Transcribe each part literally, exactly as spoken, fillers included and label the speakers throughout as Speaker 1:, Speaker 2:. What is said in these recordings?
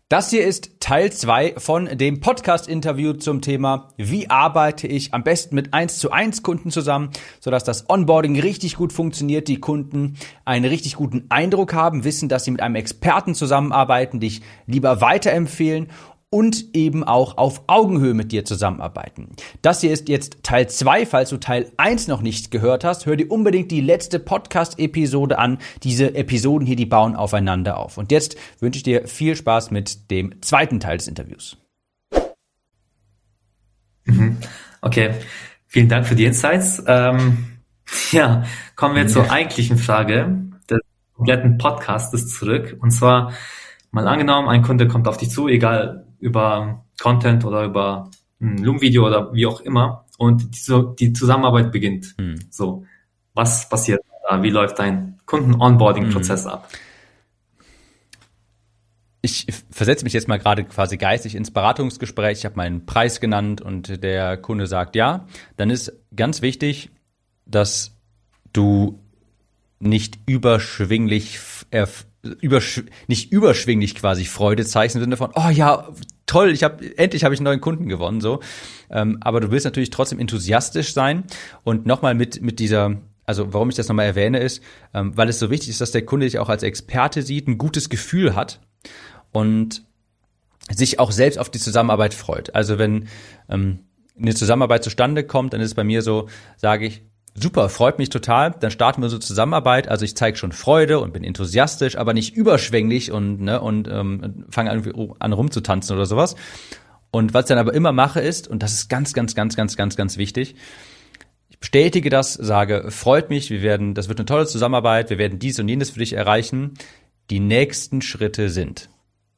Speaker 1: Das hier ist Teil zwei von dem Podcast-Interview zum Thema, wie arbeite ich am besten mit eins zu eins Kunden zusammen, sodass das Onboarding richtig gut funktioniert, die Kunden einen richtig guten Eindruck haben, wissen, dass sie mit einem Experten zusammenarbeiten, dich lieber weiterempfehlen und eben auch auf Augenhöhe mit dir zusammenarbeiten. Das hier ist jetzt Teil zwei. Falls du Teil eins noch nicht gehört hast, hör dir unbedingt die letzte Podcast-Episode an. Diese Episoden hier, die bauen aufeinander auf. Und jetzt wünsche ich dir viel Spaß mit dem zweiten Teil des Interviews.
Speaker 2: Okay, vielen Dank für die Insights. Ähm, ja, kommen wir zur eigentlichen Frage des kompletten Podcasts zurück. Und zwar, mal angenommen, ein Kunde kommt auf dich zu, egal über Content oder über ein Loom-Video oder wie auch immer, und die, die Zusammenarbeit beginnt. Hm. So, was passiert da? Wie läuft dein Kunden-Onboarding-Prozess hm. ab?
Speaker 1: Ich versetze mich jetzt mal gerade quasi geistig ins Beratungsgespräch. Ich habe meinen Preis genannt und der Kunde sagt ja. Dann ist ganz wichtig, dass du nicht überschwinglich erf- Übersch- nicht überschwinglich quasi Freude zeigst im Sinne von, oh ja, toll, ich habe endlich habe ich einen neuen Kunden gewonnen, so. Ähm, aber du willst natürlich trotzdem enthusiastisch sein und nochmal mit mit dieser, also warum ich das nochmal erwähne, ist, ähm, weil es so wichtig ist, dass der Kunde dich auch als Experte sieht, ein gutes Gefühl hat und sich auch selbst auf die Zusammenarbeit freut. Also wenn ähm, eine Zusammenarbeit zustande kommt, dann ist es bei mir so, sage ich, super, freut mich total, dann starten wir so Zusammenarbeit, also ich zeige schon Freude und bin enthusiastisch, aber nicht überschwänglich und ne und ähm, fange an, an rumzutanzen oder sowas. Und was ich dann aber immer mache ist, und das ist ganz, ganz, ganz, ganz, ganz, ganz wichtig, ich bestätige das, sage, freut mich, wir werden, das wird eine tolle Zusammenarbeit, wir werden dies und jenes für dich erreichen. Die nächsten Schritte sind.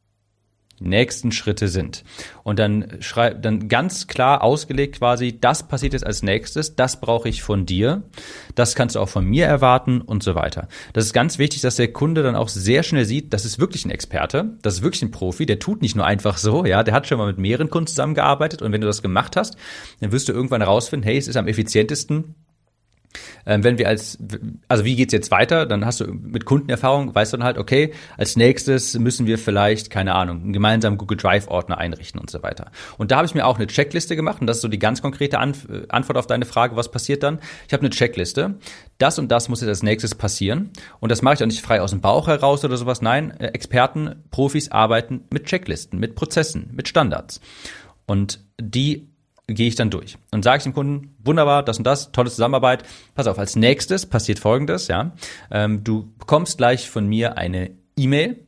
Speaker 1: Die nächsten Schritte sind. Und dann schreib, dann ganz klar ausgelegt quasi, das passiert jetzt als nächstes, das brauche ich von dir, das kannst du auch von mir erwarten und so weiter. Das ist ganz wichtig, dass der Kunde dann auch sehr schnell sieht, das ist wirklich ein Experte, das ist wirklich ein Profi, der tut nicht nur einfach so, ja, der hat schon mal mit mehreren Kunden zusammengearbeitet und wenn du das gemacht hast, dann wirst du irgendwann herausfinden, hey, es ist am effizientesten, Ähm, wenn wir als, also wie geht's jetzt weiter? Dann hast du mit Kundenerfahrung, weißt du dann halt, okay, als nächstes müssen wir vielleicht, keine Ahnung, einen gemeinsamen Google Drive Ordner einrichten und so weiter. Und da habe ich mir auch eine Checkliste gemacht und das ist so die ganz konkrete Anf- Antwort auf deine Frage, was passiert dann? Ich habe eine Checkliste. Das und das muss jetzt als nächstes passieren. Und das mache ich auch nicht frei aus dem Bauch heraus oder sowas. Nein, Experten, Profis arbeiten mit Checklisten, mit Prozessen, mit Standards. Und die gehe ich dann durch und sage ich dem Kunden, wunderbar, das und das, tolle Zusammenarbeit. Pass auf, als nächstes passiert Folgendes, ja, ähm, du bekommst gleich von mir eine E-Mail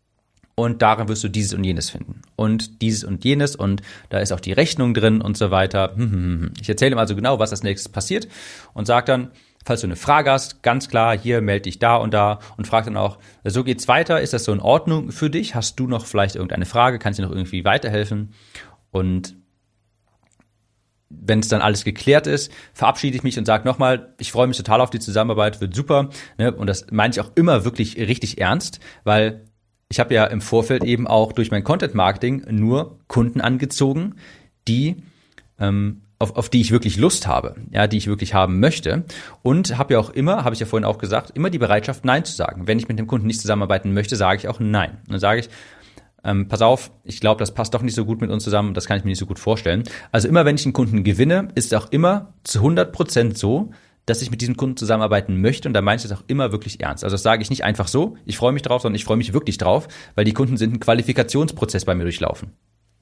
Speaker 1: und darin wirst du dieses und jenes finden und dieses und jenes und da ist auch die Rechnung drin und so weiter. Ich erzähle ihm also genau, was als nächstes passiert und sage dann, falls du eine Frage hast, ganz klar, hier melde dich da und da und frag dann auch, so geht's weiter, ist das so in Ordnung für dich? Hast du noch vielleicht irgendeine Frage? Kannst du noch irgendwie weiterhelfen? Und wenn es dann alles geklärt ist, verabschiede ich mich und sage nochmal, ich freue mich total auf die Zusammenarbeit, wird super. Ne? Und das meine ich auch immer wirklich richtig ernst, weil ich habe ja im Vorfeld eben auch durch mein Content-Marketing nur Kunden angezogen, die ähm, auf, auf die ich wirklich Lust habe, ja, die ich wirklich haben möchte. Und habe ja auch immer, habe ich ja vorhin auch gesagt, immer die Bereitschaft, Nein zu sagen. Wenn ich mit dem Kunden nicht zusammenarbeiten möchte, sage ich auch Nein. Und dann sage ich, Ähm, pass auf, ich glaube, das passt doch nicht so gut mit uns zusammen, das kann ich mir nicht so gut vorstellen. Also immer, wenn ich einen Kunden gewinne, ist es auch immer zu hundert Prozent so, dass ich mit diesem Kunden zusammenarbeiten möchte und da meine ich das auch immer wirklich ernst. Also das sage ich nicht einfach so, ich freue mich drauf, sondern ich freue mich wirklich drauf, weil die Kunden sind einen Qualifikationsprozess bei mir durchlaufen.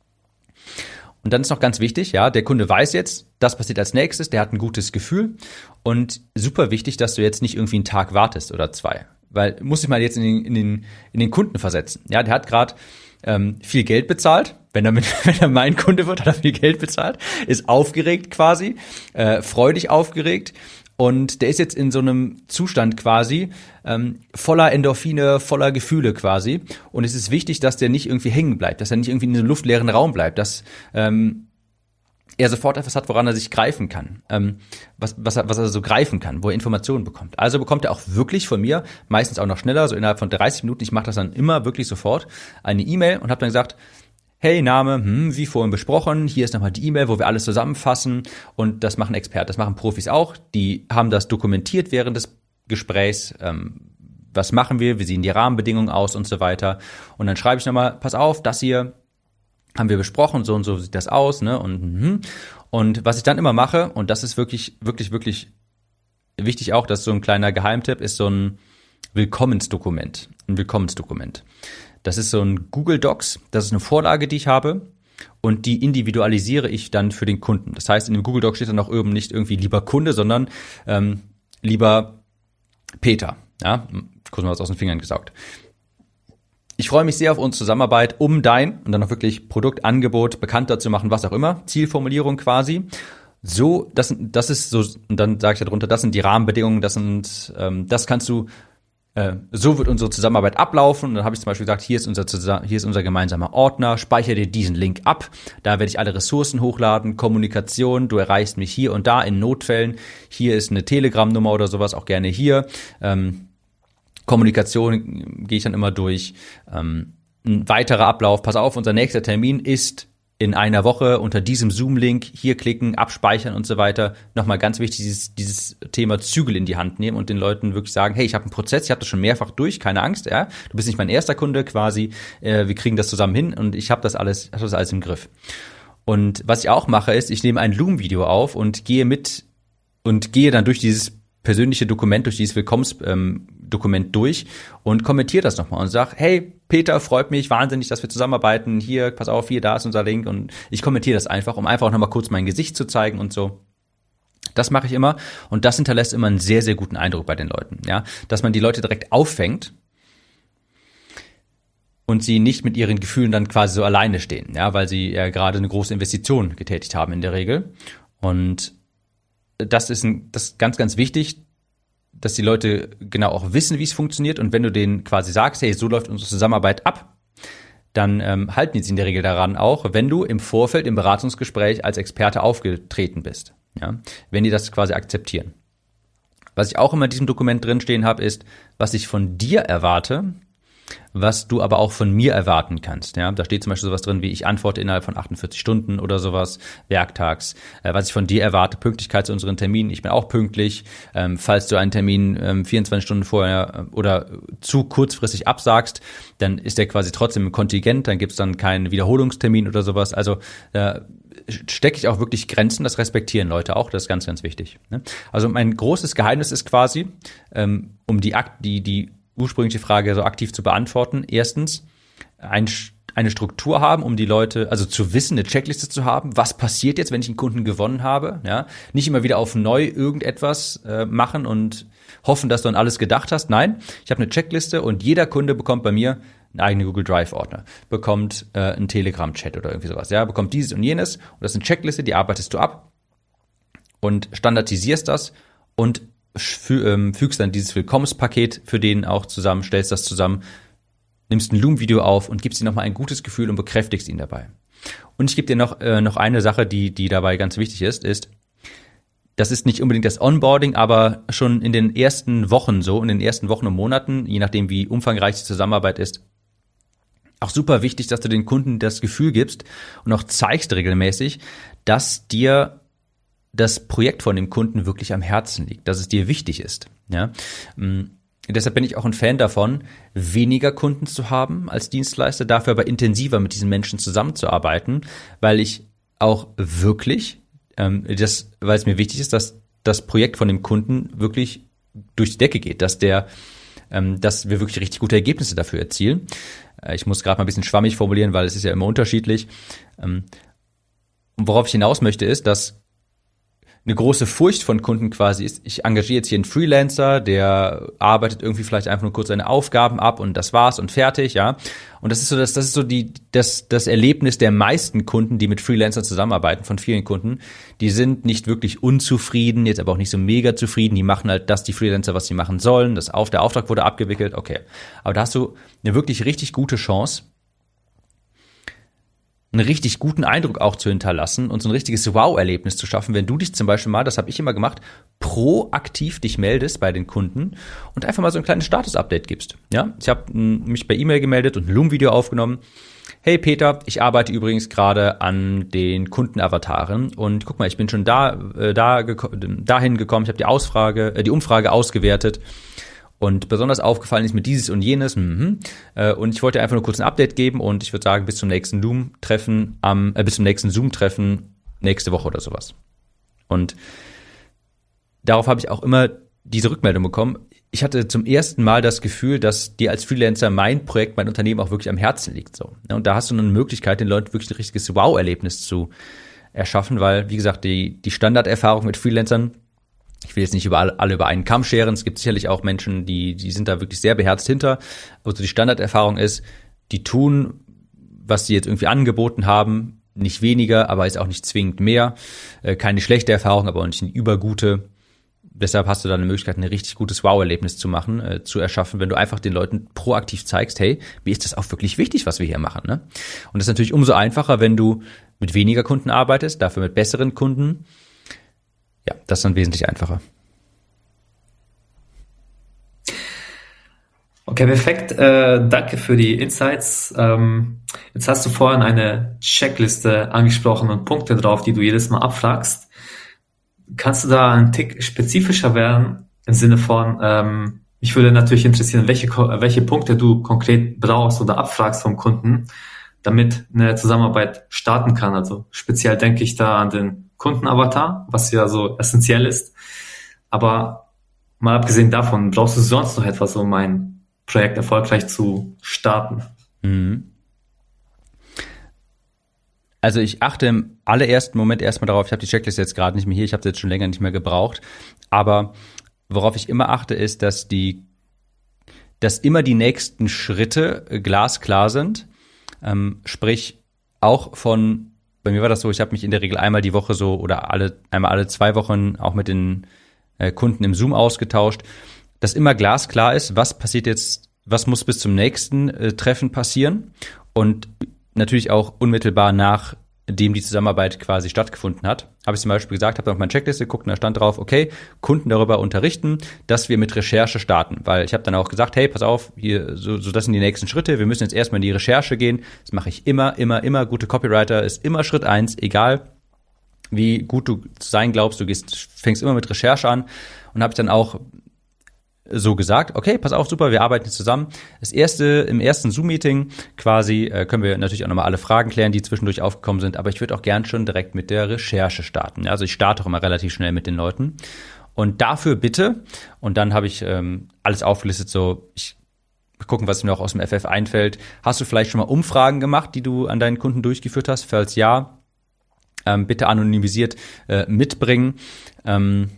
Speaker 1: Und dann ist noch ganz wichtig, ja, der Kunde weiß jetzt, das passiert als nächstes, der hat ein gutes Gefühl und super wichtig, dass du jetzt nicht irgendwie einen Tag wartest oder zwei. Weil, muss ich mal jetzt in den, in den, in den Kunden versetzen. Ja, der hat gerade ähm, viel Geld bezahlt. Wenn er, mit, wenn er mein Kunde wird, hat er viel Geld bezahlt. Ist aufgeregt quasi, äh, freudig aufgeregt. Und der ist jetzt in so einem Zustand quasi, ähm, voller Endorphine, voller Gefühle quasi. Und es ist wichtig, dass der nicht irgendwie hängen bleibt, dass er nicht irgendwie in einem luftleeren Raum bleibt, dass ähm, er sofort etwas hat, woran er sich greifen kann, ähm, was, was, er, was er so greifen kann, wo er Informationen bekommt. Also bekommt er auch wirklich von mir, meistens auch noch schneller, so innerhalb von dreißig Minuten, ich mache das dann immer wirklich sofort, eine E-Mail und habe dann gesagt, hey, Name, hm, wie vorhin besprochen, hier ist nochmal die E-Mail, wo wir alles zusammenfassen und das machen Experten, das machen Profis auch, die haben das dokumentiert während des Gesprächs, ähm, was machen wir, wie sehen die Rahmenbedingungen aus und so weiter. Und dann schreibe ich nochmal, pass auf, das hier haben wir besprochen, so und so sieht das aus, ne? Und, und was ich dann immer mache, und das ist wirklich, wirklich, wirklich wichtig auch, das ist so ein kleiner Geheimtipp, ist so ein Willkommensdokument. Ein Willkommensdokument. Das ist so ein Google Docs, das ist eine Vorlage, die ich habe. Und die individualisiere ich dann für den Kunden. Das heißt, in dem Google Doc steht dann auch eben nicht irgendwie lieber Kunde, sondern ähm, lieber Peter. Ja, kurz mal was aus den Fingern gesaugt. Ich freue mich sehr auf unsere Zusammenarbeit, um dein und dann auch wirklich Produktangebot bekannter zu machen, was auch immer. Zielformulierung quasi. So, das, das ist so, und dann sage ich darunter, das sind die Rahmenbedingungen, das sind, ähm, das kannst du, äh, so wird unsere Zusammenarbeit ablaufen. Und dann habe ich zum Beispiel gesagt, hier ist unser, hier ist unser gemeinsamer Ordner, speichere dir diesen Link ab. Da werde ich alle Ressourcen hochladen, Kommunikation, du erreichst mich hier und da in Notfällen. Hier ist eine Telegram-Nummer oder sowas, auch gerne hier. Ähm, Kommunikation gehe ich dann immer durch. Ähm, ein weiterer Ablauf, pass auf, unser nächster Termin ist in einer Woche unter diesem Zoom-Link, hier klicken, abspeichern und so weiter. Nochmal ganz wichtig, dieses, dieses Thema Zügel in die Hand nehmen und den Leuten wirklich sagen, hey, ich habe einen Prozess, ich habe das schon mehrfach durch, keine Angst, ja, du bist nicht mein erster Kunde quasi, äh, wir kriegen das zusammen hin und ich habe das alles, hab das alles im Griff. Und was ich auch mache, ist, ich nehme ein Loom-Video auf und gehe mit und gehe dann durch dieses persönliche Dokument, durch dieses Willkommensdokument ähm, durch und kommentiere das nochmal und sag, hey, Peter, freut mich wahnsinnig, dass wir zusammenarbeiten. Hier, pass auf, hier, da ist unser Link. Und ich kommentiere das einfach, um einfach nochmal kurz mein Gesicht zu zeigen und so. Das mache ich immer und das hinterlässt immer einen sehr, sehr guten Eindruck bei den Leuten. Ja, dass man die Leute direkt auffängt und sie nicht mit ihren Gefühlen dann quasi so alleine stehen, ja, weil sie ja gerade eine große Investition getätigt haben in der Regel. Und das ist, ein, das ist ganz, ganz wichtig, dass die Leute genau auch wissen, wie es funktioniert. Und wenn du denen quasi sagst, hey, so läuft unsere Zusammenarbeit ab, dann ähm, halten die sich in der Regel daran auch, wenn du im Vorfeld im Beratungsgespräch als Experte aufgetreten bist. Ja, wenn die das quasi akzeptieren. Was ich auch immer in diesem Dokument drinstehen habe, ist, was ich von dir erwarte, was du aber auch von mir erwarten kannst. Ja, da steht zum Beispiel sowas drin wie, ich antworte innerhalb von achtundvierzig Stunden oder sowas, werktags. Äh, was ich von dir erwarte, Pünktlichkeit zu unseren Terminen. Ich bin auch pünktlich. Ähm, falls du einen Termin ähm, vierundzwanzig Stunden vorher äh, oder zu kurzfristig absagst, dann ist der quasi trotzdem im Kontingent. Dann gibt's dann keinen Wiederholungstermin oder sowas. Also äh, stecke ich auch wirklich Grenzen. Das respektieren Leute auch. Das ist ganz, ganz wichtig. Ne? Also mein großes Geheimnis ist quasi, ähm, um die Akt, die die ursprüngliche Frage so aktiv zu beantworten. Erstens, ein, eine Struktur haben, um die Leute, also zu wissen, eine Checkliste zu haben. Was passiert jetzt, wenn ich einen Kunden gewonnen habe? Ja, nicht immer wieder auf neu irgendetwas äh, machen und hoffen, dass du an alles gedacht hast. Nein, ich habe eine Checkliste und jeder Kunde bekommt bei mir einen eigenen Google Drive Ordner, bekommt äh, einen Telegram-Chat oder irgendwie sowas. Ja, bekommt dieses und jenes. Und das ist eine Checkliste, die arbeitest du ab und standardisierst das und fügst dann dieses Willkommenspaket für den auch zusammen, stellst das zusammen, nimmst ein Loom-Video auf und gibst ihm nochmal ein gutes Gefühl und bekräftigst ihn dabei. Und ich gebe dir noch äh, noch eine Sache, die die dabei ganz wichtig ist, ist, das ist nicht unbedingt das Onboarding, aber schon in den ersten Wochen so, in den ersten Wochen und Monaten, je nachdem wie umfangreich die Zusammenarbeit ist, auch super wichtig, dass du den Kunden das Gefühl gibst und auch zeigst regelmäßig, dass dir das Projekt von dem Kunden wirklich am Herzen liegt, dass es dir wichtig ist. Ja, ähm, deshalb bin ich auch ein Fan davon, weniger Kunden zu haben als Dienstleister, dafür aber intensiver mit diesen Menschen zusammenzuarbeiten, weil ich auch wirklich, ähm, das, weil es mir wichtig ist, dass das Projekt von dem Kunden wirklich durch die Decke geht, dass der, ähm, dass wir wirklich richtig gute Ergebnisse dafür erzielen. Äh, ich muss gerade mal ein bisschen schwammig formulieren, weil es ist ja immer unterschiedlich. Ähm, und worauf ich hinaus möchte, ist, dass eine große Furcht von Kunden quasi ist, ich engagiere jetzt hier einen Freelancer, der arbeitet irgendwie vielleicht einfach nur kurz seine Aufgaben ab und das war's und fertig, ja. Und das ist so, das, das ist so die, das, das Erlebnis der meisten Kunden, die mit Freelancern zusammenarbeiten, von vielen Kunden. Die sind nicht wirklich unzufrieden, jetzt aber auch nicht so mega zufrieden. Die machen halt das, die Freelancer, was sie machen sollen. Das auf, der Auftrag wurde abgewickelt, okay. Aber da hast du eine wirklich richtig gute Chance, einen richtig guten Eindruck auch zu hinterlassen und so ein richtiges Wow-Erlebnis zu schaffen, wenn du dich zum Beispiel mal, das habe ich immer gemacht, proaktiv dich meldest bei den Kunden und einfach mal so ein kleines Status-Update gibst. Ja, ich habe mich per E-Mail gemeldet und ein Loom-Video aufgenommen. Hey Peter, ich arbeite übrigens gerade an den Kundenavataren und guck mal, ich bin schon da, äh, da geko- dahin gekommen, ich habe die Ausfrage, äh, die Umfrage ausgewertet Und besonders aufgefallen ist mir dieses und jenes. Mhm. Äh, und ich wollte einfach nur kurz ein Update geben und ich würde sagen, bis zum nächsten Zoom-Treffen am, äh, bis zum nächsten Zoom-Treffen nächste Woche oder sowas. Und darauf habe ich auch immer diese Rückmeldung bekommen. Ich hatte zum ersten Mal das Gefühl, dass dir als Freelancer mein Projekt, mein Unternehmen auch wirklich am Herzen liegt. So. Und da hast du eine Möglichkeit, den Leuten wirklich ein richtiges Wow-Erlebnis zu erschaffen, weil, wie gesagt, die, die Standarderfahrung mit Freelancern, ich will jetzt nicht über alle, alle über einen Kamm scheren, es gibt sicherlich auch Menschen, die, die sind da wirklich sehr beherzt hinter. Also die Standarderfahrung ist, die tun, was sie jetzt irgendwie angeboten haben, nicht weniger, aber ist auch nicht zwingend mehr. Keine schlechte Erfahrung, aber auch nicht eine übergute. Deshalb hast du da eine Möglichkeit, ein richtig gutes Wow-Erlebnis zu machen, äh, zu erschaffen, wenn du einfach den Leuten proaktiv zeigst, hey, mir ist das auch wirklich wichtig, was wir hier machen, ne? Und das ist natürlich umso einfacher, wenn du mit weniger Kunden arbeitest, dafür mit besseren Kunden. Ja, das ist dann wesentlich einfacher.
Speaker 2: Okay, perfekt. Äh, danke für die Insights. Ähm, jetzt hast du vorhin eine Checkliste angesprochen und Punkte drauf, die du jedes Mal abfragst. Kannst du da einen Tick spezifischer werden im Sinne von, ähm, mich würde natürlich interessieren, welche, welche Punkte du konkret brauchst oder abfragst vom Kunden, damit eine Zusammenarbeit starten kann. Also speziell denke ich da an den Kundenavatar, was ja so essentiell ist. Aber mal abgesehen davon, brauchst du sonst noch etwas, um ein Projekt erfolgreich zu starten?
Speaker 1: Mhm. Also ich achte im allerersten Moment erstmal darauf, ich habe die Checkliste jetzt gerade nicht mehr hier, ich habe sie jetzt schon länger nicht mehr gebraucht, aber worauf ich immer achte, ist, dass die, dass immer die nächsten Schritte glasklar sind, ähm, sprich auch von, bei mir war das so, ich habe mich in der Regel einmal die Woche so oder alle einmal alle zwei Wochen auch mit den äh, Kunden im Zoom ausgetauscht, dass immer glasklar ist, was passiert jetzt, was muss bis zum nächsten äh, Treffen passieren und natürlich auch unmittelbar nachdem die Zusammenarbeit quasi stattgefunden hat, habe ich zum Beispiel gesagt, habe auf meine Checkliste geguckt und da stand drauf, okay, Kunden darüber unterrichten, dass wir mit Recherche starten, weil ich habe dann auch gesagt, hey, pass auf, hier, so, so das sind die nächsten Schritte, wir müssen jetzt erstmal in die Recherche gehen, das mache ich immer, immer, immer, gute Copywriter ist immer Schritt eins, egal wie gut du zu sein glaubst, du gehst, fängst immer mit Recherche an und habe ich dann auch so gesagt, okay, pass auf, super, wir arbeiten jetzt zusammen. Das erste, im ersten Zoom-Meeting quasi äh, können wir natürlich auch nochmal alle Fragen klären, die zwischendurch aufgekommen sind, aber ich würde auch gern schon direkt mit der Recherche starten. Also ich starte auch immer relativ schnell mit den Leuten. Und dafür bitte, und dann habe ich ähm, alles aufgelistet, so, ich gucken, was mir noch aus dem F F einfällt. Hast du vielleicht schon mal Umfragen gemacht, die du an deinen Kunden durchgeführt hast? Falls ja, ähm, bitte anonymisiert äh, mitbringen. Ähm,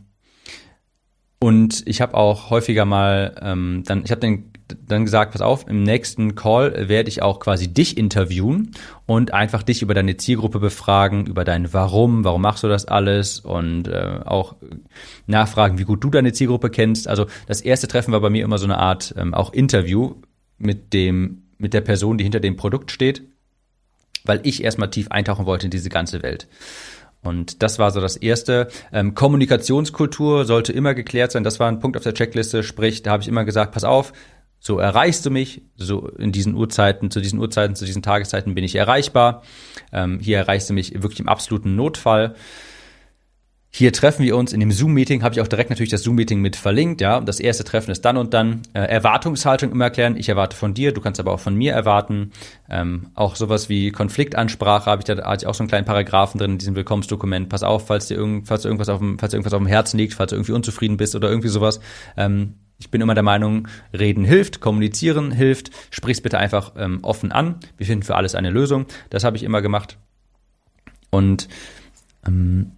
Speaker 1: Und ich habe auch häufiger mal, ähm, dann, ich habe dann, dann gesagt, pass auf, im nächsten Call werde ich auch quasi dich interviewen und einfach dich über deine Zielgruppe befragen, über dein Warum, warum machst du das alles und äh, auch nachfragen, wie gut du deine Zielgruppe kennst. Also das erste Treffen war bei mir immer so eine Art ähm, auch Interview mit dem, mit der Person, die hinter dem Produkt steht, weil ich erstmal tief eintauchen wollte in diese ganze Welt. Und das war so das Erste. Ähm, Kommunikationskultur sollte immer geklärt sein. Das war ein Punkt auf der Checkliste. Sprich, da habe ich immer gesagt, pass auf, so erreichst du mich. So in diesen Uhrzeiten, zu diesen Uhrzeiten, zu diesen Tageszeiten bin ich erreichbar. Ähm, hier erreichst du mich wirklich im absoluten Notfall. Hier treffen wir uns in dem Zoom-Meeting, habe ich auch direkt natürlich das Zoom-Meeting mit verlinkt, ja, und das erste Treffen ist dann und dann. Äh, Erwartungshaltung immer erklären, ich erwarte von dir, du kannst aber auch von mir erwarten. Ähm, auch sowas wie Konfliktansprache habe ich da, hatte ich auch so einen kleinen Paragraphen drin in diesem Willkommensdokument. Pass auf, falls dir irgend, falls dir irgendwas auf dem, falls dir irgendwas auf dem Herzen liegt, falls du irgendwie unzufrieden bist oder irgendwie sowas. Ähm, ich bin immer der Meinung, reden hilft, kommunizieren hilft, sprich's bitte einfach ähm, offen an. Wir finden für alles eine Lösung. Das habe ich immer gemacht. Und ähm,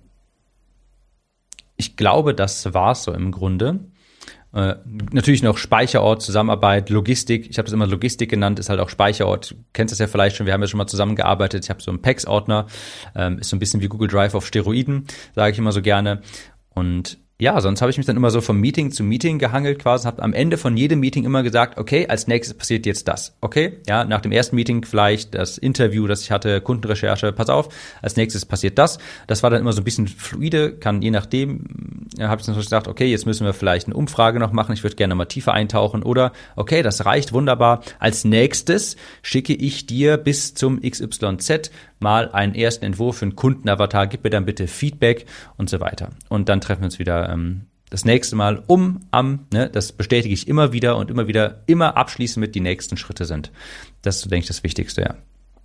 Speaker 1: ich glaube, das war's so im Grunde. Äh, natürlich noch Speicherort, Zusammenarbeit, Logistik. Ich habe das immer Logistik genannt, ist halt auch Speicherort. Du kennst das ja vielleicht schon, wir haben ja schon mal zusammengearbeitet. Ich habe so einen P E X-Ordner, ähm, ist so ein bisschen wie Google Drive auf Steroiden, sage ich immer so gerne. Und ja, sonst habe ich mich dann immer so vom Meeting zu Meeting gehangelt quasi, habe am Ende von jedem Meeting immer gesagt, okay, als nächstes passiert jetzt das, okay? Ja, nach dem ersten Meeting vielleicht das Interview, das ich hatte, Kundenrecherche, pass auf, als nächstes passiert das. Das war dann immer so ein bisschen fluide, kann je nachdem, ja, habe ich dann so gesagt, okay, jetzt müssen wir vielleicht eine Umfrage noch machen, ich würde gerne mal tiefer eintauchen oder, okay, das reicht, wunderbar, als nächstes schicke ich dir bis zum X Y Z mal einen ersten Entwurf für einen Kundenavatar, gib mir dann bitte Feedback und so weiter. Und dann treffen wir uns wieder ähm, Das nächste Mal um, am, ne, das bestätige ich immer wieder und immer wieder, immer abschließend mit die nächsten Schritte sind. Das ist, denke ich, das Wichtigste, ja.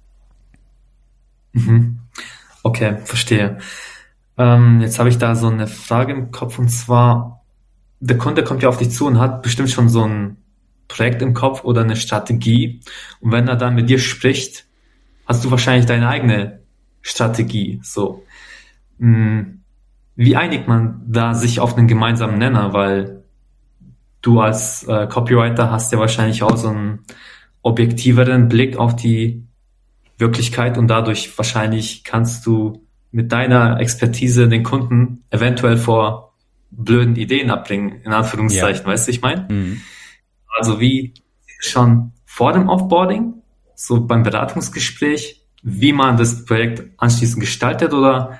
Speaker 2: Mhm. Okay, verstehe. Ähm, jetzt habe ich da so eine Frage im Kopf und zwar, der Kunde kommt ja auf dich zu und hat bestimmt schon so ein Projekt im Kopf oder eine Strategie. Und wenn er dann mit dir spricht, hast du wahrscheinlich deine eigene Strategie. So, mh, wie einigt man da sich auf einen gemeinsamen Nenner? Weil du als äh, Copywriter hast ja wahrscheinlich auch so einen objektiveren Blick auf die Wirklichkeit und dadurch wahrscheinlich kannst du mit deiner Expertise den Kunden eventuell vor blöden Ideen abbringen, in Anführungszeichen,
Speaker 1: Ja.
Speaker 2: weißt du, ich meine?
Speaker 1: Mhm.
Speaker 2: Also wie schon vor dem Offboarding, so beim Beratungsgespräch, wie man das Projekt anschließend gestaltet oder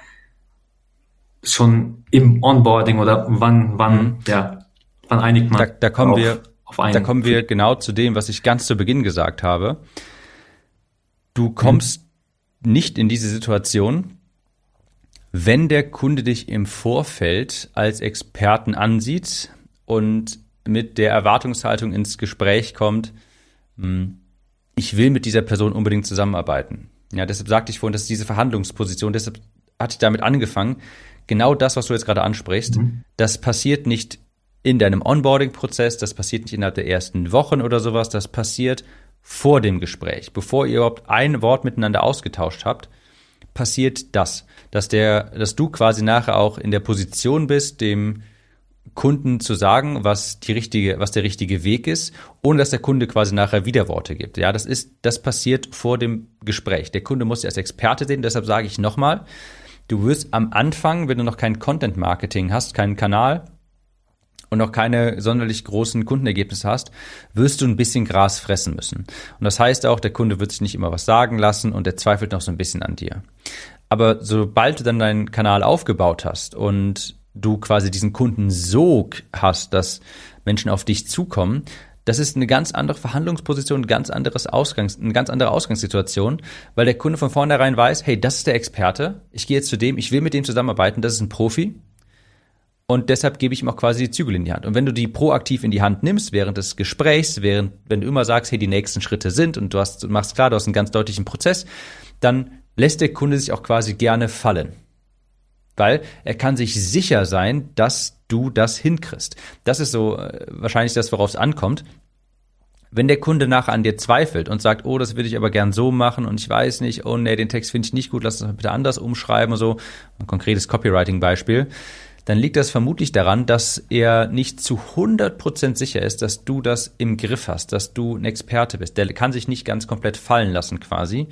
Speaker 2: schon im Onboarding oder wann, wann,
Speaker 1: Mhm.
Speaker 2: ja, wann einigt man
Speaker 1: Da, da kommen
Speaker 2: auf,
Speaker 1: wir,
Speaker 2: auf einen?
Speaker 1: da kommen wir genau zu dem, was ich ganz zu Beginn gesagt habe. Du kommst mhm. nicht in diese Situation, wenn der Kunde dich im Vorfeld als Experten ansieht und mit der Erwartungshaltung ins Gespräch kommt, ich will mit dieser Person unbedingt zusammenarbeiten. Ja, deshalb sagte ich vorhin, dass diese Verhandlungsposition, deshalb hatte ich damit angefangen, genau das, was du jetzt gerade ansprichst, mhm. das passiert nicht in deinem Onboarding-Prozess, das passiert nicht innerhalb der ersten Wochen oder sowas, das passiert vor dem Gespräch, bevor ihr überhaupt ein Wort miteinander ausgetauscht habt, passiert das, dass der, dass du quasi nachher auch in der Position bist, dem Kunden zu sagen, was die richtige, was der richtige Weg ist, ohne dass der Kunde quasi nachher Widerworte gibt. Ja, das ist, das passiert vor dem Gespräch. Der Kunde muss dich als Experte sehen, deshalb sage ich nochmal, du wirst am Anfang, wenn du noch kein Content-Marketing hast, keinen Kanal und noch keine sonderlich großen Kundenergebnisse hast, wirst du ein bisschen Gras fressen müssen. Und das heißt auch, der Kunde wird sich nicht immer was sagen lassen und er zweifelt noch so ein bisschen an dir. Aber sobald du dann deinen Kanal aufgebaut hast und du quasi diesen Kundensog hast, dass Menschen auf dich zukommen, das ist eine ganz andere Verhandlungsposition, ein ganz anderes Ausgangs, eine ganz andere Ausgangssituation, weil der Kunde von vornherein weiß, hey, das ist der Experte, ich gehe jetzt zu dem, ich will mit dem zusammenarbeiten, das ist ein Profi und deshalb gebe ich ihm auch quasi die Zügel in die Hand. Und wenn du die proaktiv in die Hand nimmst während des Gesprächs, während, wenn du immer sagst, hey, die nächsten Schritte sind und du hast, du machst klar, du hast einen ganz deutlichen Prozess, dann lässt der Kunde sich auch quasi gerne fallen. Weil er kann sich sicher sein, dass du das hinkriegst. Das ist so äh, wahrscheinlich das, worauf es ankommt. Wenn der Kunde nachher an dir zweifelt und sagt, oh, das würde ich aber gern so machen und ich weiß nicht, oh nee, den Text finde ich nicht gut, lass uns mal bitte anders umschreiben und so, ein konkretes Copywriting-Beispiel, dann liegt das vermutlich daran, dass er nicht zu hundert Prozent sicher ist, dass du das im Griff hast, dass du ein Experte bist. Der kann sich nicht ganz komplett fallen lassen quasi.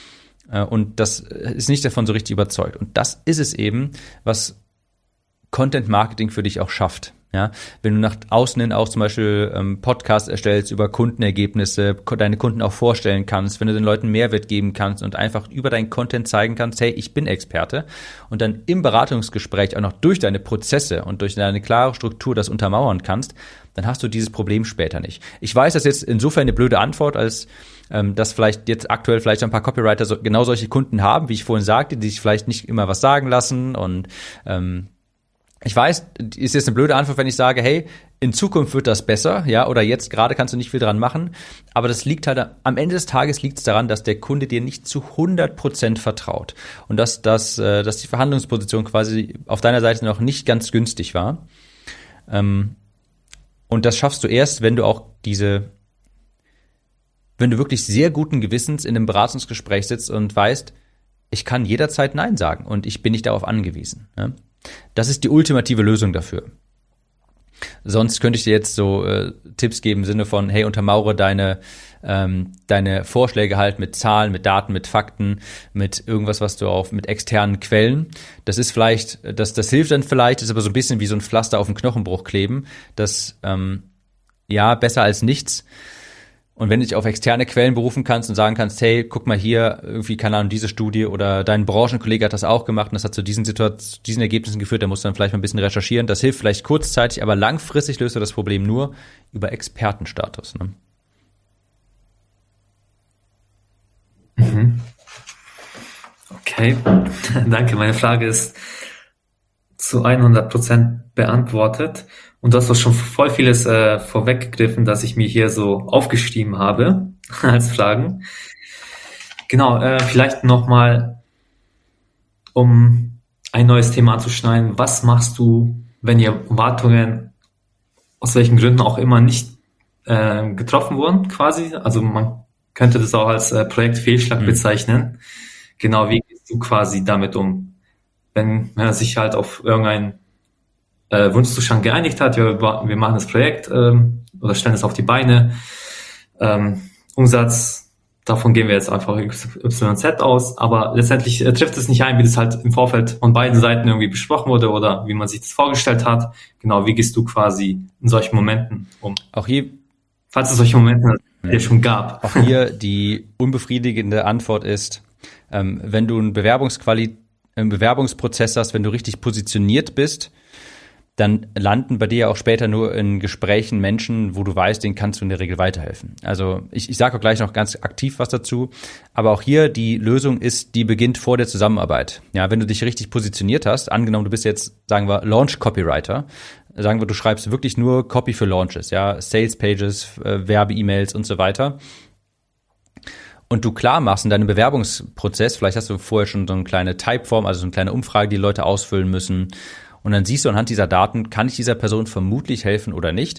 Speaker 1: Und das ist nicht davon so richtig überzeugt. Und das ist es eben, was Content Marketing für dich auch schafft. Ja, wenn du nach außen hin auch zum Beispiel ähm, Podcasts erstellst über Kundenergebnisse, deine Kunden auch vorstellen kannst, wenn du den Leuten Mehrwert geben kannst und einfach über deinen Content zeigen kannst, hey, ich bin Experte und dann im Beratungsgespräch auch noch durch deine Prozesse und durch deine klare Struktur das untermauern kannst, dann hast du dieses Problem später nicht. Ich weiß, das ist jetzt insofern eine blöde Antwort, als ähm, dass vielleicht jetzt aktuell vielleicht ein paar Copywriter so, genau solche Kunden haben, wie ich vorhin sagte, die sich vielleicht nicht immer was sagen lassen und ähm, ich weiß, ist jetzt eine blöde Antwort, wenn ich sage, hey, in Zukunft wird das besser, ja, oder jetzt gerade kannst du nicht viel dran machen, aber das liegt halt, am Ende des Tages liegt es daran, dass der Kunde dir nicht zu hundert Prozent vertraut und dass, dass, dass die Verhandlungsposition quasi auf deiner Seite noch nicht ganz günstig war. Und das schaffst du erst, wenn du auch diese, wenn du wirklich sehr guten Gewissens in einem Beratungsgespräch sitzt und weißt, ich kann jederzeit Nein sagen und ich bin nicht darauf angewiesen, ne? Das ist die ultimative Lösung dafür. Sonst könnte ich dir jetzt so äh, Tipps geben im Sinne von, hey, untermauere deine ähm, deine Vorschläge halt mit Zahlen, mit Daten, mit Fakten, mit irgendwas, was du auf mit externen Quellen. Das ist vielleicht, das das hilft dann vielleicht, ist aber so ein bisschen wie so ein Pflaster auf den Knochenbruch kleben. Das ähm, ja besser als nichts. Und wenn du dich auf externe Quellen berufen kannst und sagen kannst, hey, guck mal hier, irgendwie, keine Ahnung, diese Studie oder dein Branchenkollege hat das auch gemacht und das hat zu diesen Situationen, diesen Ergebnissen geführt, da musst du dann vielleicht mal ein bisschen recherchieren. Das hilft vielleicht kurzzeitig, aber langfristig löst du das Problem nur über Expertenstatus, ne?
Speaker 2: Mhm. Okay, danke. Meine Frage ist zu hundert Prozent beantwortet. Und du hast auch schon voll vieles äh, vorweggegriffen, dass ich mir hier so aufgeschrieben habe als Fragen. Genau, äh, vielleicht nochmal, um ein neues Thema anzuschneiden. Was machst du, wenn ihr Wartungen aus welchen Gründen auch immer nicht äh, getroffen wurden, quasi? Also man könnte das auch als äh, Projektfehlschlag mhm. bezeichnen. Genau, wie gehst du quasi damit um? Wenn man sich halt auf irgendeinen äh, Wunschzustand geeinigt hat, ja, wir machen das Projekt ähm, oder stellen es auf die Beine, ähm, Umsatz, davon gehen wir jetzt einfach Y Z aus, aber letztendlich äh, trifft es nicht ein, wie das halt im Vorfeld von beiden Seiten irgendwie besprochen wurde oder wie man sich das vorgestellt hat. Genau, wie gehst du quasi in solchen Momenten um?
Speaker 1: Auch hier,
Speaker 2: falls es solche Momente hier schon gab.
Speaker 1: Auch hier die unbefriedigende Antwort ist, ähm, wenn du einen Bewerbungsquali- einen Bewerbungsprozess hast, wenn du richtig positioniert bist, dann landen bei dir ja auch später nur in Gesprächen Menschen, wo du weißt, denen kannst du in der Regel weiterhelfen. Also ich, ich sage auch gleich noch ganz aktiv was dazu, aber auch hier die Lösung ist, die beginnt vor der Zusammenarbeit. Ja, wenn du dich richtig positioniert hast, angenommen du bist jetzt, sagen wir, Launch-Copywriter, sagen wir, du schreibst wirklich nur Copy für Launches, ja, Sales-Pages, äh, Werbe-E-Mails und so weiter. Und du klar machst in deinem Bewerbungsprozess, vielleicht hast du vorher schon so eine kleine Typeform, also so eine kleine Umfrage, die Leute ausfüllen müssen. Und dann siehst du anhand dieser Daten, kann ich dieser Person vermutlich helfen oder nicht.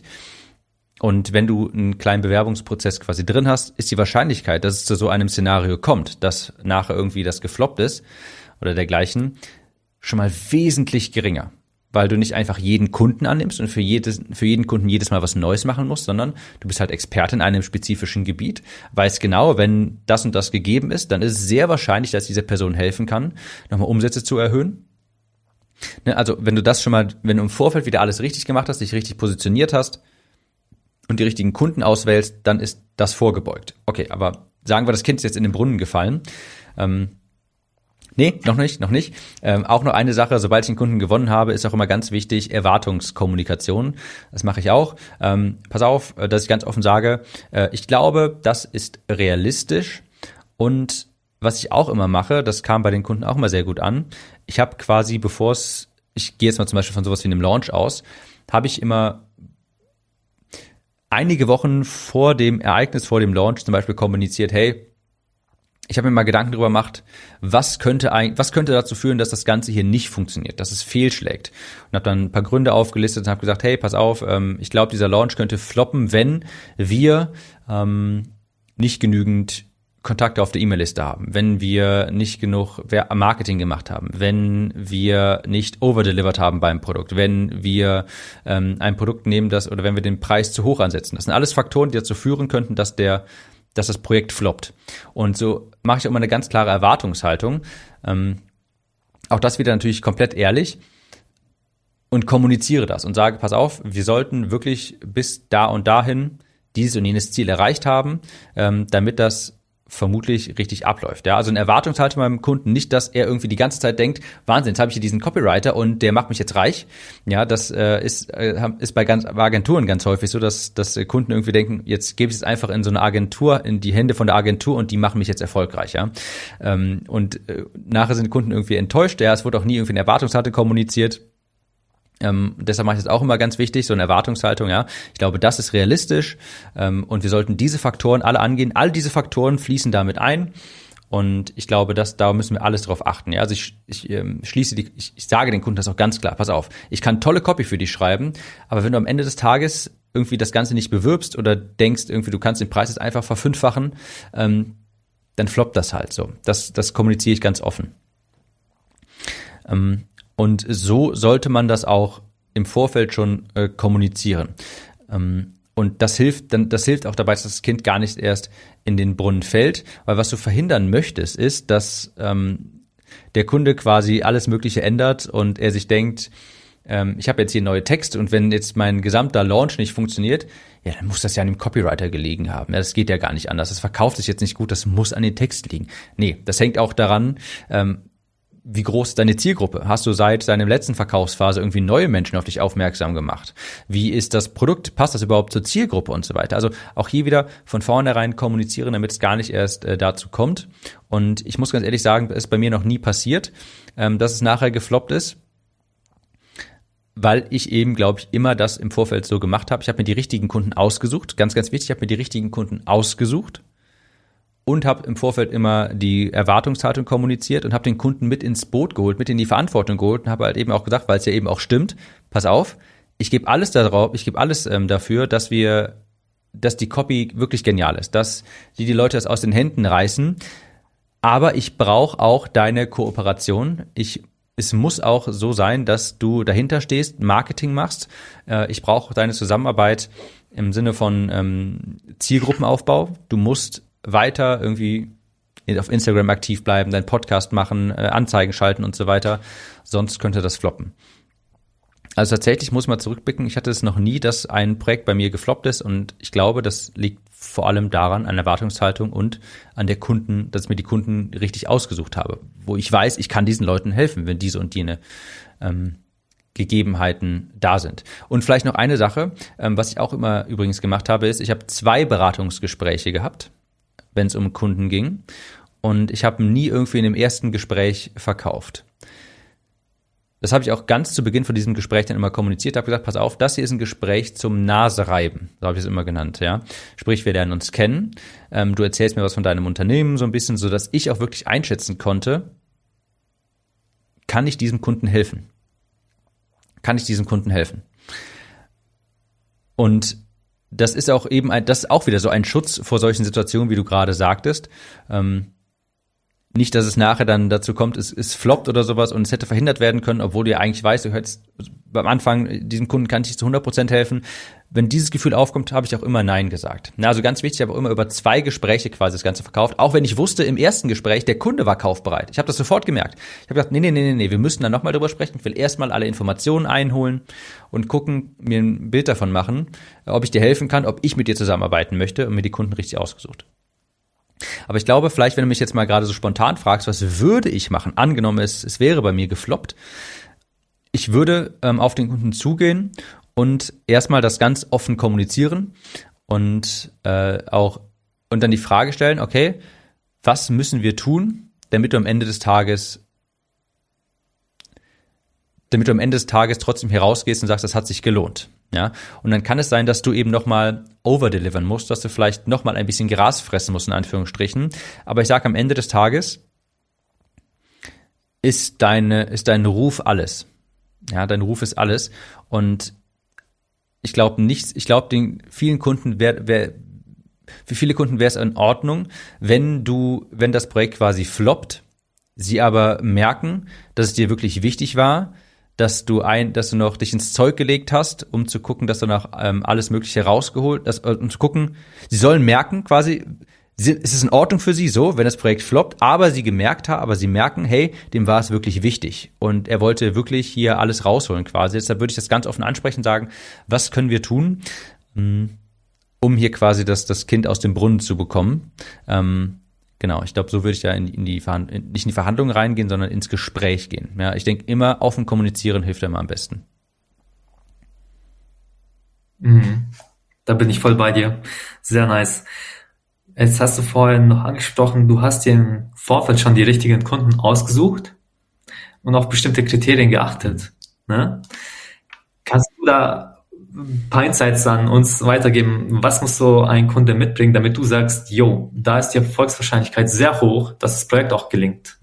Speaker 1: Und wenn du einen kleinen Bewerbungsprozess quasi drin hast, ist die Wahrscheinlichkeit, dass es zu so einem Szenario kommt, dass nachher irgendwie das gefloppt ist oder dergleichen, schon mal wesentlich geringer. Weil du nicht einfach jeden Kunden annimmst und für, jedes, für jeden Kunden jedes Mal was Neues machen musst, sondern du bist halt Experte in einem spezifischen Gebiet, weißt genau, wenn das und das gegeben ist, dann ist es sehr wahrscheinlich, dass diese Person helfen kann, nochmal Umsätze zu erhöhen. Also wenn du das schon mal, wenn du im Vorfeld wieder alles richtig gemacht hast, dich richtig positioniert hast und die richtigen Kunden auswählst, dann ist das vorgebeugt. Okay, aber sagen wir, das Kind ist jetzt in den Brunnen gefallen. Ähm, nee, noch nicht, noch nicht. Ähm, auch noch eine Sache, sobald ich einen Kunden gewonnen habe, ist auch immer ganz wichtig, Erwartungskommunikation. Das mache ich auch. Ähm, pass auf, dass ich ganz offen sage, äh, ich glaube, das ist realistisch und was ich auch immer mache, das kam bei den Kunden auch immer sehr gut an. Ich habe quasi, bevor es, ich gehe jetzt mal zum Beispiel von sowas wie einem Launch aus, habe ich immer einige Wochen vor dem Ereignis, vor dem Launch zum Beispiel kommuniziert, hey, ich habe mir mal Gedanken darüber gemacht, was könnte ein, was könnte dazu führen, dass das Ganze hier nicht funktioniert, dass es fehlschlägt. Und habe dann ein paar Gründe aufgelistet und habe gesagt, hey, pass auf, ähm, ich glaube, dieser Launch könnte floppen, wenn wir ähm, nicht genügend Kontakte auf der E-Mail-Liste haben, wenn wir nicht genug Marketing gemacht haben, wenn wir nicht overdelivered haben beim Produkt, wenn wir ähm, ein Produkt nehmen, das oder wenn wir den Preis zu hoch ansetzen. Das sind alles Faktoren, die dazu führen könnten, dass der, dass das Projekt floppt. Und so mache ich auch immer eine ganz klare Erwartungshaltung. Ähm, auch das wieder natürlich komplett ehrlich und kommuniziere das und sage, pass auf, wir sollten wirklich bis da und dahin dieses und jenes Ziel erreicht haben, ähm, damit das vermutlich richtig abläuft. Ja, also eine Erwartungshaltung beim Kunden, nicht, dass er irgendwie die ganze Zeit denkt, Wahnsinn, jetzt habe ich hier diesen Copywriter und der macht mich jetzt reich. Ja, das äh, ist äh, ist bei ganz bei Agenturen ganz häufig so, dass dass Kunden irgendwie denken, jetzt gebe ich es einfach in so eine Agentur, in die Hände von der Agentur und die machen mich jetzt erfolgreich. Ja, ähm, und äh, nachher sind Kunden irgendwie enttäuscht. Ja, es wurde auch nie irgendwie eine Erwartungshaltung kommuniziert. Ähm, deshalb mache ich das auch immer ganz wichtig, so eine Erwartungshaltung, ja. Ich glaube, das ist realistisch ähm, und wir sollten diese Faktoren alle angehen. All diese Faktoren fließen damit ein und ich glaube, dass da müssen wir alles drauf achten. Ja, also ich, ich ähm, schließe die, ich, ich sage den Kunden das auch ganz klar. Pass auf, ich kann tolle Copy für dich schreiben, aber wenn du am Ende des Tages irgendwie das Ganze nicht bewirbst oder denkst irgendwie, du kannst den Preis jetzt einfach verfünffachen, ähm, dann floppt das halt so. Das, das kommuniziere ich ganz offen. Ähm, Und so sollte man das auch im Vorfeld schon äh, kommunizieren. Ähm, und das hilft dann, das hilft auch dabei, dass das Kind gar nicht erst in den Brunnen fällt, weil was du verhindern möchtest, ist, dass ähm, der Kunde quasi alles Mögliche ändert und er sich denkt, ähm, ich habe jetzt hier neue Texte und wenn jetzt mein gesamter Launch nicht funktioniert, ja, dann muss das ja an dem Copywriter gelegen haben. Ja, das geht ja gar nicht anders. Das verkauft sich jetzt nicht gut, das muss an den Text liegen. Nee, das hängt auch daran, ähm, wie groß ist deine Zielgruppe? Hast du seit deiner letzten Verkaufsphase irgendwie neue Menschen auf dich aufmerksam gemacht? Wie ist das Produkt? Passt das überhaupt zur Zielgruppe und so weiter? Also auch hier wieder von vornherein kommunizieren, damit es gar nicht erst äh, dazu kommt. Und ich muss ganz ehrlich sagen, das ist bei mir noch nie passiert, ähm, dass es nachher gefloppt ist. weil ich eben, glaube ich, immer das im Vorfeld so gemacht habe. Ich habe mir die richtigen Kunden ausgesucht. Ganz, ganz wichtig, ich habe mir die richtigen Kunden ausgesucht und habe im Vorfeld immer die Erwartungshaltung kommuniziert und habe den Kunden mit ins Boot geholt, mit in die Verantwortung geholt und habe halt eben auch gesagt, weil es ja eben auch stimmt, pass auf, ich gebe alles darauf, ich gebe alles ähm, dafür, dass wir, dass die Copy wirklich genial ist, dass die die Leute das aus den Händen reißen, aber ich brauche auch deine Kooperation. Ich Es muss auch so sein, dass du dahinter stehst, Marketing machst. Äh, ich brauche deine Zusammenarbeit im Sinne von ähm, Zielgruppenaufbau. Du musst weiter irgendwie auf Instagram aktiv bleiben, deinen Podcast machen, äh, Anzeigen schalten und so weiter. Sonst könnte das floppen. Also tatsächlich muss man zurückblicken. Ich hatte es noch nie, dass ein Projekt bei mir gefloppt ist. Und ich glaube, das liegt vor allem daran, an Erwartungshaltung und an der Kunden, dass ich mir die Kunden richtig ausgesucht habe, wo ich weiß, ich kann diesen Leuten helfen, wenn diese und jene ähm, Gegebenheiten da sind. Und vielleicht noch eine Sache, ähm, was ich auch immer übrigens gemacht habe, ist, ich habe zwei Beratungsgespräche gehabt, wenn es um Kunden ging, und ich habe nie irgendwie in dem ersten Gespräch verkauft. Das habe ich auch ganz zu Beginn von diesem Gespräch dann immer kommuniziert, habe gesagt, pass auf, das hier ist ein Gespräch zum Nasereiben, so habe ich es immer genannt, ja. Sprich, wir lernen uns kennen, ähm, du erzählst mir was von deinem Unternehmen so ein bisschen, so dass ich auch wirklich einschätzen konnte, kann ich diesem Kunden helfen? Kann ich diesem Kunden helfen? Und das ist auch eben ein, das ist auch wieder so ein Schutz vor solchen Situationen, wie du gerade sagtest. Ähm, Nicht, dass es nachher dann dazu kommt, es, es floppt oder sowas und es hätte verhindert werden können, obwohl du ja eigentlich weißt, du hättest beim Anfang, diesem Kunden kann ich nicht zu hundert Prozent helfen. Wenn dieses Gefühl aufkommt, habe ich auch immer Nein gesagt. Na, also ganz wichtig, ich habe auch immer über zwei Gespräche quasi das Ganze verkauft, auch wenn ich wusste, im ersten Gespräch, der Kunde war kaufbereit. Ich habe das sofort gemerkt. Ich habe gesagt, nee, nee, nee, nee, nee, wir müssen da nochmal drüber sprechen. Ich will erstmal alle Informationen einholen und gucken, mir ein Bild davon machen, ob ich dir helfen kann, ob ich mit dir zusammenarbeiten möchte, und mir die Kunden richtig ausgesucht. Aber ich glaube, vielleicht, wenn du mich jetzt mal gerade so spontan fragst, was würde ich machen? Angenommen, es, es wäre bei mir gefloppt. Ich würde ähm, auf den Kunden zugehen und erstmal das ganz offen kommunizieren und äh, auch und dann die Frage stellen, okay, was müssen wir tun, damit du am Ende des Tages damit du am Ende des Tages trotzdem hier rausgehst und sagst, das hat sich gelohnt. Ja, und dann kann es sein, dass du eben nochmal overdelivern musst, dass du vielleicht nochmal ein bisschen Gras fressen musst, in Anführungsstrichen. Aber ich sage, am Ende des Tages ist deine, ist dein Ruf alles. Ja, dein Ruf ist alles. Und ich glaube nicht, ich glaube, den vielen Kunden wäre, wär, für viele Kunden wäre es in Ordnung, wenn du, wenn das Projekt quasi floppt, sie aber merken, dass es dir wirklich wichtig war, dass du ein, dass du noch dich ins Zeug gelegt hast, um zu gucken, dass du noch ähm, alles Mögliche rausgeholt, dass, um zu gucken, sie sollen merken quasi, sie, es ist in Ordnung für sie so, wenn das Projekt floppt, aber sie gemerkt haben, aber sie merken, hey, dem war es wirklich wichtig und er wollte wirklich hier alles rausholen quasi. Deshalb würde ich das ganz offen ansprechen und sagen, was können wir tun, um hier quasi das, das Kind aus dem Brunnen zu bekommen. Ähm, Genau, ich glaube, so würde ich ja in, in die Verhand- nicht in die Verhandlungen reingehen, sondern ins Gespräch gehen. Ja, ich denke, immer offen kommunizieren hilft immer am besten.
Speaker 2: Mhm. Da bin ich voll bei dir. Sehr nice. Jetzt hast du vorhin noch angesprochen, du hast dir im Vorfeld schon die richtigen Kunden ausgesucht und auf bestimmte Kriterien geachtet. Ne? Kannst du da ein paar Insights an uns weitergeben? Was muss so ein Kunde mitbringen, damit du sagst, jo, da ist die Erfolgswahrscheinlichkeit sehr hoch, dass das Projekt auch gelingt?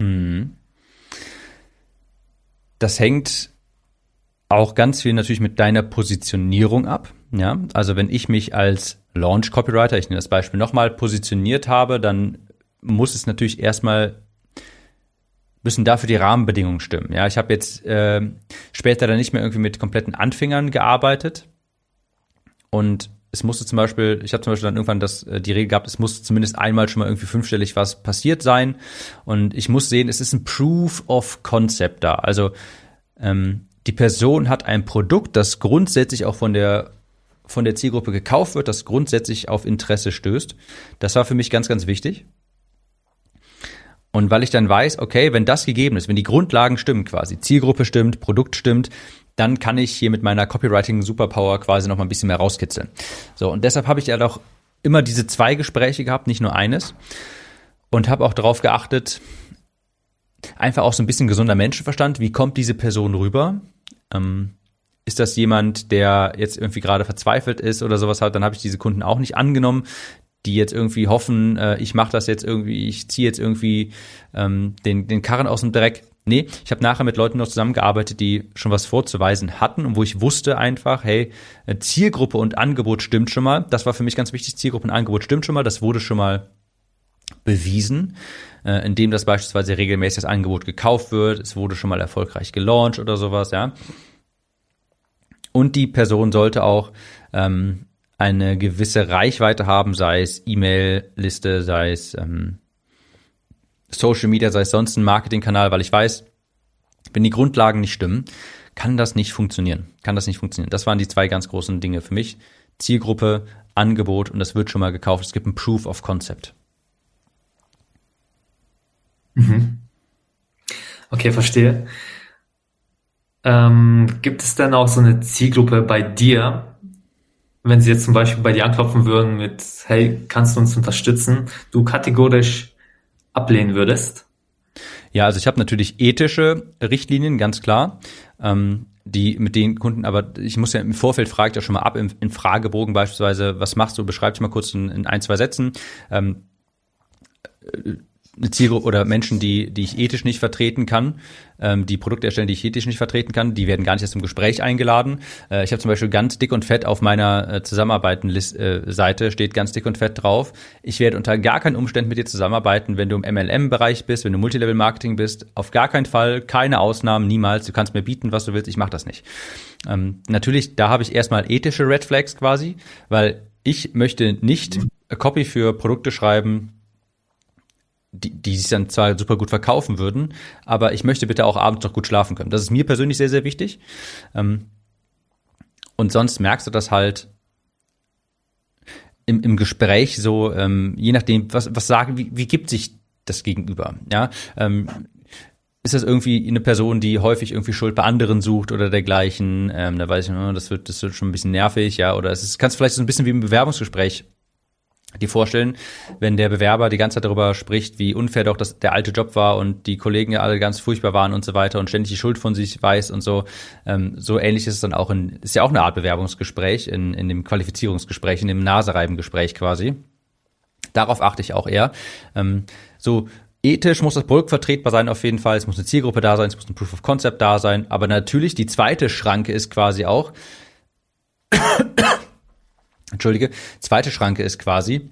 Speaker 1: Das hängt auch ganz viel natürlich mit deiner Positionierung ab. Ja, also wenn ich mich als Launch Copywriter, ich nehme das Beispiel nochmal, positioniert habe, dann muss es natürlich erstmal müssen dafür die Rahmenbedingungen stimmen. Ja, ich habe jetzt äh, später dann nicht mehr irgendwie mit kompletten Anfängern gearbeitet. Und es musste zum Beispiel, ich habe zum Beispiel dann irgendwann das, die Regel gehabt, es muss zumindest einmal schon mal irgendwie fünfstellig was passiert sein. Und ich muss sehen, es ist ein Proof of Concept da. Also ähm, die Person hat ein Produkt, das grundsätzlich auch von der von der Zielgruppe gekauft wird, das grundsätzlich auf Interesse stößt. Das war für mich ganz, ganz wichtig. Und weil ich dann weiß, okay, wenn das gegeben ist, wenn die Grundlagen stimmen quasi, Zielgruppe stimmt, Produkt stimmt, dann kann ich hier mit meiner Copywriting-Superpower quasi noch mal ein bisschen mehr rauskitzeln. So, und deshalb habe ich ja doch immer diese zwei Gespräche gehabt, nicht nur eines. Und habe auch darauf geachtet, einfach auch so ein bisschen gesunder Menschenverstand, wie kommt diese Person rüber? Ähm, ist das jemand, der jetzt irgendwie gerade verzweifelt ist oder sowas hat, dann habe ich diese Kunden auch nicht angenommen, die jetzt irgendwie hoffen, äh, ich mache das jetzt irgendwie, ich ziehe jetzt irgendwie ähm, den, den Karren aus dem Dreck. Nee, ich habe nachher mit Leuten noch zusammengearbeitet, die schon was vorzuweisen hatten und wo ich wusste einfach, hey, Zielgruppe und Angebot stimmt schon mal. Das war für mich ganz wichtig, Zielgruppe und Angebot stimmt schon mal. Das wurde schon mal bewiesen, äh, indem das beispielsweise regelmäßig das Angebot gekauft wird. Es wurde schon mal erfolgreich gelauncht oder sowas, ja. Und die Person sollte auch ähm, eine gewisse Reichweite haben, sei es E-Mail-Liste, sei es ähm, Social Media, sei es sonst ein Marketingkanal, weil ich weiß, wenn die Grundlagen nicht stimmen, kann das nicht funktionieren. Kann das nicht funktionieren. Das waren die zwei ganz großen Dinge für mich. Zielgruppe, Angebot und das wird schon mal gekauft. Es gibt ein Proof of Concept.
Speaker 2: Mhm. Okay, verstehe. Ähm, gibt es denn auch so eine Zielgruppe bei dir, wenn sie jetzt zum Beispiel bei dir anklopfen würden mit, hey, kannst du uns unterstützen, du kategorisch ablehnen würdest?
Speaker 1: Ja, also ich habe natürlich ethische Richtlinien, ganz klar, ähm, die mit den Kunden, aber ich muss ja im Vorfeld, frage ich ja schon mal ab, im, im Fragebogen beispielsweise, was machst du, beschreib dich mal kurz in, in ein, zwei Sätzen, ähm, eine Zielgruppe oder Menschen, die die ich ethisch nicht vertreten kann, ähm, die Produkte erstellen, die ich ethisch nicht vertreten kann, die werden gar nicht erst zum Gespräch eingeladen. Äh, ich habe zum Beispiel ganz dick und fett auf meiner äh, Zusammenarbeiten-Seite äh, steht ganz dick und fett drauf, ich werde unter gar keinen Umständen mit dir zusammenarbeiten, wenn du im M L M-Bereich bist, wenn du Multilevel-Marketing bist, auf gar keinen Fall, keine Ausnahmen, niemals, du kannst mir bieten, was du willst, ich mache das nicht. Ähm, natürlich, da habe ich erstmal ethische Red Flags quasi, weil ich möchte nicht Copy für Produkte schreiben, die, die sich dann zwar super gut verkaufen würden, aber ich möchte bitte auch abends noch gut schlafen können. Das ist mir persönlich sehr, sehr wichtig. Und sonst merkst du das halt im, im Gespräch so, je nachdem, was, was sagen, wie, wie gibt sich das Gegenüber, ja, ist das irgendwie eine Person, die häufig irgendwie Schuld bei anderen sucht oder dergleichen, ähm, da weiß ich, das wird, das wird schon ein bisschen nervig, ja, oder es ist, kannst vielleicht so ein bisschen wie im Bewerbungsgespräch die vorstellen, wenn der Bewerber die ganze Zeit darüber spricht, wie unfair doch das der alte Job war und die Kollegen ja alle ganz furchtbar waren und so weiter und ständig die Schuld von sich weiß und so. Ähm, so ähnlich ist es dann auch in, ist ja auch eine Art Bewerbungsgespräch, in, in dem Qualifizierungsgespräch, in dem Nasereibengespräch quasi. Darauf achte ich auch eher. Ähm, so ethisch muss das Produkt vertretbar sein auf jeden Fall, es muss eine Zielgruppe da sein, es muss ein Proof of Concept da sein, aber natürlich die zweite Schranke ist quasi auch, Entschuldige, zweite Schranke ist quasi,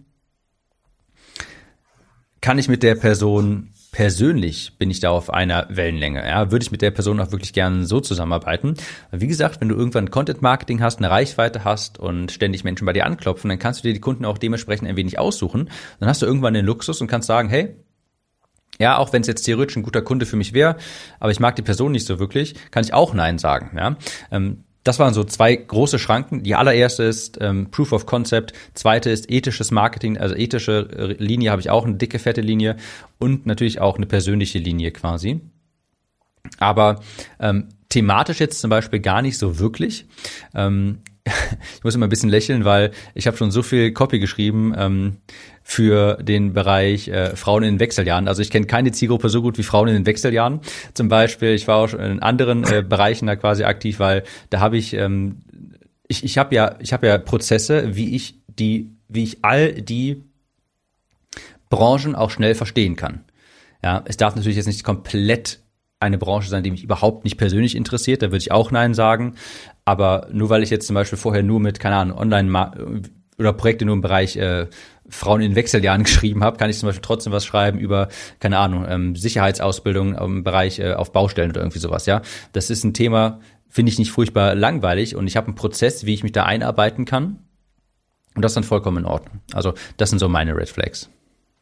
Speaker 1: kann ich mit der Person persönlich, bin ich da auf einer Wellenlänge, ja, würde ich mit der Person auch wirklich gerne so zusammenarbeiten. Wie gesagt, wenn du irgendwann Content-Marketing hast, eine Reichweite hast und ständig Menschen bei dir anklopfen, dann kannst du dir die Kunden auch dementsprechend ein wenig aussuchen. Dann hast du irgendwann den Luxus und kannst sagen, hey, ja, auch wenn es jetzt theoretisch ein guter Kunde für mich wäre, aber ich mag die Person nicht so wirklich, kann ich auch Nein sagen, ja. Ähm, Das waren so zwei große Schranken. Die allererste ist ähm, Proof of Concept, zweite ist ethisches Marketing, also ethische Linie habe ich auch, eine dicke, fette Linie und natürlich auch eine persönliche Linie quasi. Aber ähm, thematisch jetzt zum Beispiel gar nicht so wirklich. Ähm, ich muss immer ein bisschen lächeln, weil ich habe schon so viel Copy geschrieben ähm, für den Bereich äh, Frauen in den Wechseljahren. Also ich kenne keine Zielgruppe so gut wie Frauen in den Wechseljahren. Zum Beispiel, ich war auch schon in anderen äh, Bereichen da quasi aktiv, weil da habe ich, ähm, ich, ich habe ja, ich habe ja Prozesse, wie ich die, wie ich all die Branchen auch schnell verstehen kann. Ja, es darf natürlich jetzt nicht komplett eine Branche sein, die mich überhaupt nicht persönlich interessiert, da würde ich auch Nein sagen. Aber nur weil ich jetzt zum Beispiel vorher nur mit, keine Ahnung, Online- oder Projekte nur im Bereich äh, Frauen in Wechseljahren geschrieben habe, kann ich zum Beispiel trotzdem was schreiben über, keine Ahnung, ähm, Sicherheitsausbildung im Bereich äh, auf Baustellen oder irgendwie sowas, ja. Das ist ein Thema, finde ich nicht furchtbar langweilig und ich habe einen Prozess, wie ich mich da einarbeiten kann und das ist dann vollkommen in Ordnung. Also das sind so meine Red Flags.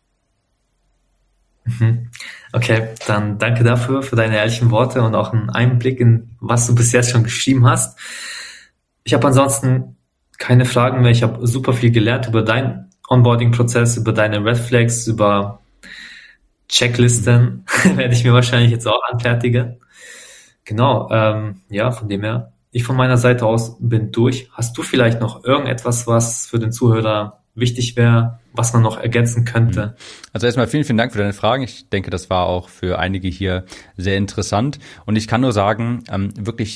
Speaker 2: Okay, dann danke dafür, für deine ehrlichen Worte und auch einen Einblick in, was du bis jetzt schon geschrieben hast. Ich habe ansonsten keine Fragen mehr. Ich habe super viel gelernt über deinen Onboarding-Prozess, über deine Red Flags, über Checklisten. Werde ich mir wahrscheinlich jetzt auch anfertigen. Genau, ähm, ja, von dem her. Ich von meiner Seite aus bin durch. Hast du vielleicht noch irgendetwas, was für den Zuhörer wichtig wäre, was man noch ergänzen könnte?
Speaker 1: Also erstmal vielen, vielen Dank für deine Fragen. Ich denke, das war auch für einige hier sehr interessant. Und ich kann nur sagen, ähm, wirklich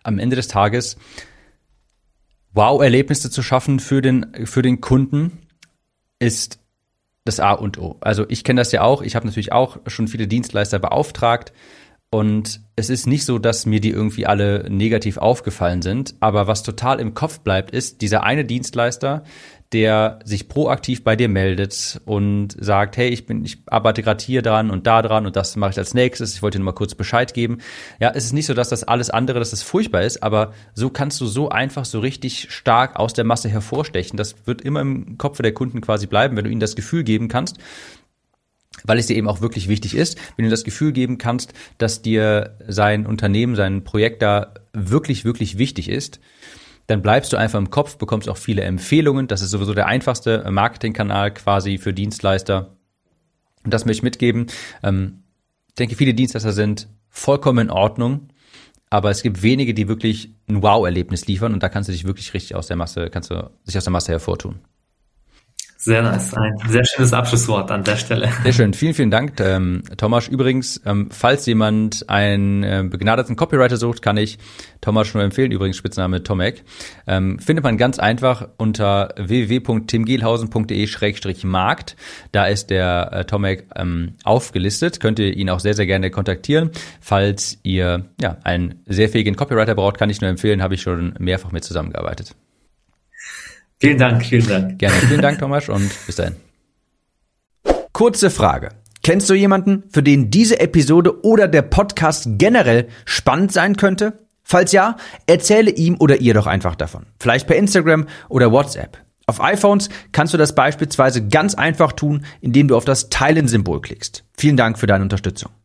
Speaker 1: am Ende des Tages Wow-Erlebnisse zu schaffen für den, für den Kunden ist das A und O. Also ich kenne das ja auch. Ich habe natürlich auch schon viele Dienstleister beauftragt. Und es ist nicht so, dass mir die irgendwie alle negativ aufgefallen sind. Aber was total im Kopf bleibt, ist dieser eine Dienstleister, der sich proaktiv bei dir meldet und sagt, hey, ich bin, ich arbeite gerade hier dran und da dran und das mache ich als nächstes. Ich wollte dir nur mal kurz Bescheid geben. Ja, es ist nicht so, dass das alles andere, dass das furchtbar ist, aber so kannst du so einfach so richtig stark aus der Masse hervorstechen. Das wird immer im Kopf der Kunden quasi bleiben, wenn du ihnen das Gefühl geben kannst, weil es dir eben auch wirklich wichtig ist, wenn du das Gefühl geben kannst, dass dir sein Unternehmen, sein Projekt da wirklich, wirklich wichtig ist, dann bleibst du einfach im Kopf, bekommst auch viele Empfehlungen. Das ist sowieso der einfachste Marketingkanal quasi für Dienstleister. Und das möchte ich mitgeben. Ich denke, viele Dienstleister sind vollkommen in Ordnung, aber es gibt wenige, die wirklich ein Wow-Erlebnis liefern und da kannst du dich wirklich richtig aus der Masse, kannst du sich aus der Masse hervortun.
Speaker 2: Sehr nice. Ein sehr schönes Abschlusswort an der Stelle.
Speaker 1: Sehr schön. Vielen, vielen Dank, ähm, Tomasz. Übrigens, ähm, falls jemand einen äh, begnadeten Copywriter sucht, kann ich Tomasz nur empfehlen. Übrigens Spitzname Tomek. Ähm, findet man ganz einfach unter w w w punkt tim gehlhausen punkt de schrägstrich markt. Da ist der äh, Tomek ähm, aufgelistet. Könnt ihr ihn auch sehr, sehr gerne kontaktieren. Falls ihr ja einen sehr fähigen Copywriter braucht, kann ich nur empfehlen. Habe ich schon mehrfach mit zusammengearbeitet.
Speaker 2: Vielen Dank, vielen Dank.
Speaker 1: Gerne. Vielen Dank, Tomasz, und bis dahin.
Speaker 3: Kurze Frage. Kennst du jemanden, für den diese Episode oder der Podcast generell spannend sein könnte? Falls ja, erzähle ihm oder ihr doch einfach davon. Vielleicht per Instagram oder WhatsApp. Auf iPhones kannst du das beispielsweise ganz einfach tun, indem du auf das Teilen-Symbol klickst. Vielen Dank für deine Unterstützung.